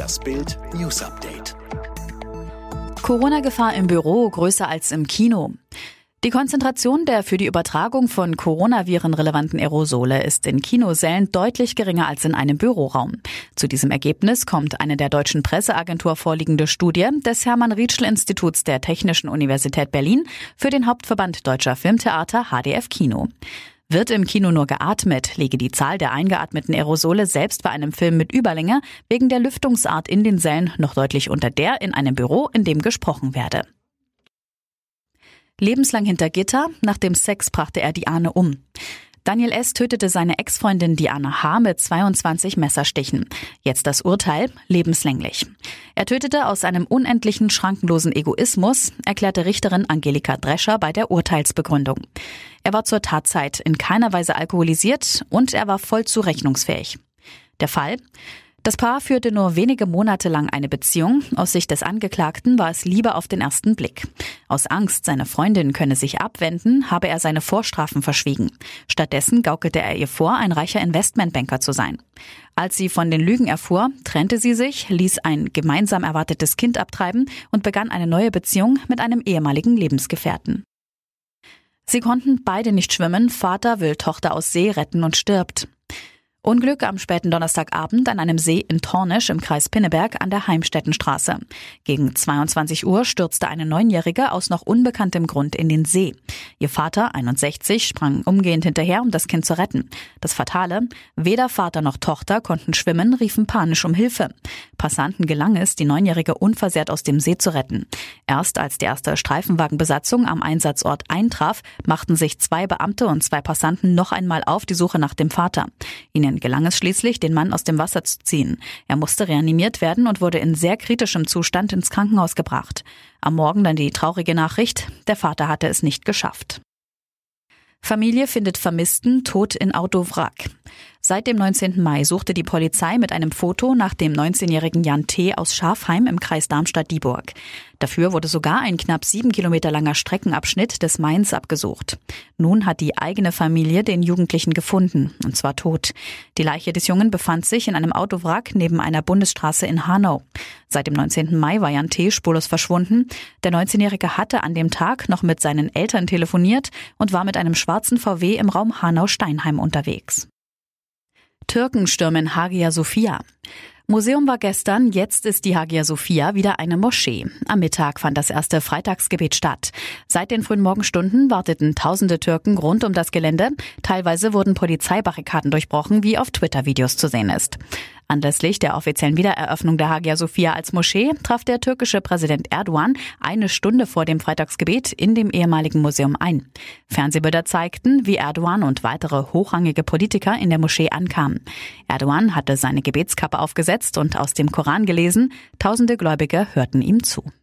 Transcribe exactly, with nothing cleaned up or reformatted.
Das Bild News Update. Corona-Gefahr im Büro größer als im Kino. Die Konzentration der für die Übertragung von Coronaviren relevanten Aerosole ist in Kinosälen deutlich geringer als in einem Büroraum. Zu diesem Ergebnis kommt eine der Deutschen Presseagentur vorliegende Studie des Hermann-Rietschel-Instituts der Technischen Universität Berlin für den Hauptverband Deutscher Filmtheater H D F Kino. Wird im Kino nur geatmet, liege die Zahl der eingeatmeten Aerosole selbst bei einem Film mit Überlänge wegen der Lüftungsart in den Sälen noch deutlich unter der in einem Büro, in dem gesprochen werde. Lebenslang hinter Gitter, nach dem Sex brachte er Diane um. Daniel S. tötete seine Ex-Freundin Diane H. mit zweiundzwanzig Messerstichen. Jetzt das Urteil, lebenslänglich. Er tötete aus einem unendlichen, schrankenlosen Egoismus, erklärte Richterin Angelika Drescher bei der Urteilsbegründung. Er war zur Tatzeit in keiner Weise alkoholisiert und er war voll zurechnungsfähig. Der Fall? Das Paar führte nur wenige Monate lang eine Beziehung. Aus Sicht des Angeklagten war es Liebe auf den ersten Blick. Aus Angst, seine Freundin könne sich abwenden, habe er seine Vorstrafen verschwiegen. Stattdessen gaukelte er ihr vor, ein reicher Investmentbanker zu sein. Als sie von den Lügen erfuhr, trennte sie sich, ließ ein gemeinsam erwartetes Kind abtreiben und begann eine neue Beziehung mit einem ehemaligen Lebensgefährten. Sie konnten beide nicht schwimmen, Vater will Tochter aus See retten und stirbt. Unglück am späten Donnerstagabend an einem See in Tornisch im Kreis Pinneberg an der Heimstettenstraße. Gegen zweiundzwanzig Uhr stürzte eine Neunjährige aus noch unbekanntem Grund in den See. Ihr Vater, einundsechzig, sprang umgehend hinterher, um das Kind zu retten. Das Fatale: Weder Vater noch Tochter konnten schwimmen, riefen panisch um Hilfe. Passanten gelang es, die Neunjährige unversehrt aus dem See zu retten. Erst als die erste Streifenwagenbesatzung am Einsatzort eintraf, machten sich zwei Beamte und zwei Passanten noch einmal auf die Suche nach dem Vater. Ihnen gelang es schließlich, den Mann aus dem Wasser zu ziehen. Er musste reanimiert werden und wurde in sehr kritischem Zustand ins Krankenhaus gebracht. Am Morgen dann die traurige Nachricht: Der Vater hatte es nicht geschafft. Familie findet Vermissten tot in Autowrack. Seit dem neunzehnten Mai suchte die Polizei mit einem Foto nach dem neunzehnjährigen Jan T. aus Schafheim im Kreis Darmstadt-Dieburg. Dafür wurde sogar ein knapp sieben Kilometer langer Streckenabschnitt des Mains abgesucht. Nun hat die eigene Familie den Jugendlichen gefunden, und zwar tot. Die Leiche des Jungen befand sich in einem Autowrack neben einer Bundesstraße in Hanau. Seit dem neunzehnten Mai war Jan T. spurlos verschwunden. Der neunzehnjährige hatte an dem Tag noch mit seinen Eltern telefoniert und war mit einem schwarzen V W im Raum Hanau-Steinheim unterwegs. Türken stürmen Hagia Sophia. Museum war gestern, jetzt ist die Hagia Sophia wieder eine Moschee. Am Mittag fand das erste Freitagsgebet statt. Seit den frühen Morgenstunden warteten tausende Türken rund um das Gelände. Teilweise wurden Polizeibarrikaden durchbrochen, wie auf Twitter-Videos zu sehen ist. Anlässlich der offiziellen Wiedereröffnung der Hagia Sophia als Moschee traf der türkische Präsident Erdogan eine Stunde vor dem Freitagsgebet in dem ehemaligen Museum ein. Fernsehbilder zeigten, wie Erdogan und weitere hochrangige Politiker in der Moschee ankamen. Erdogan hatte seine Gebetskappe aufgesetzt und aus dem Koran gelesen. Tausende Gläubige hörten ihm zu.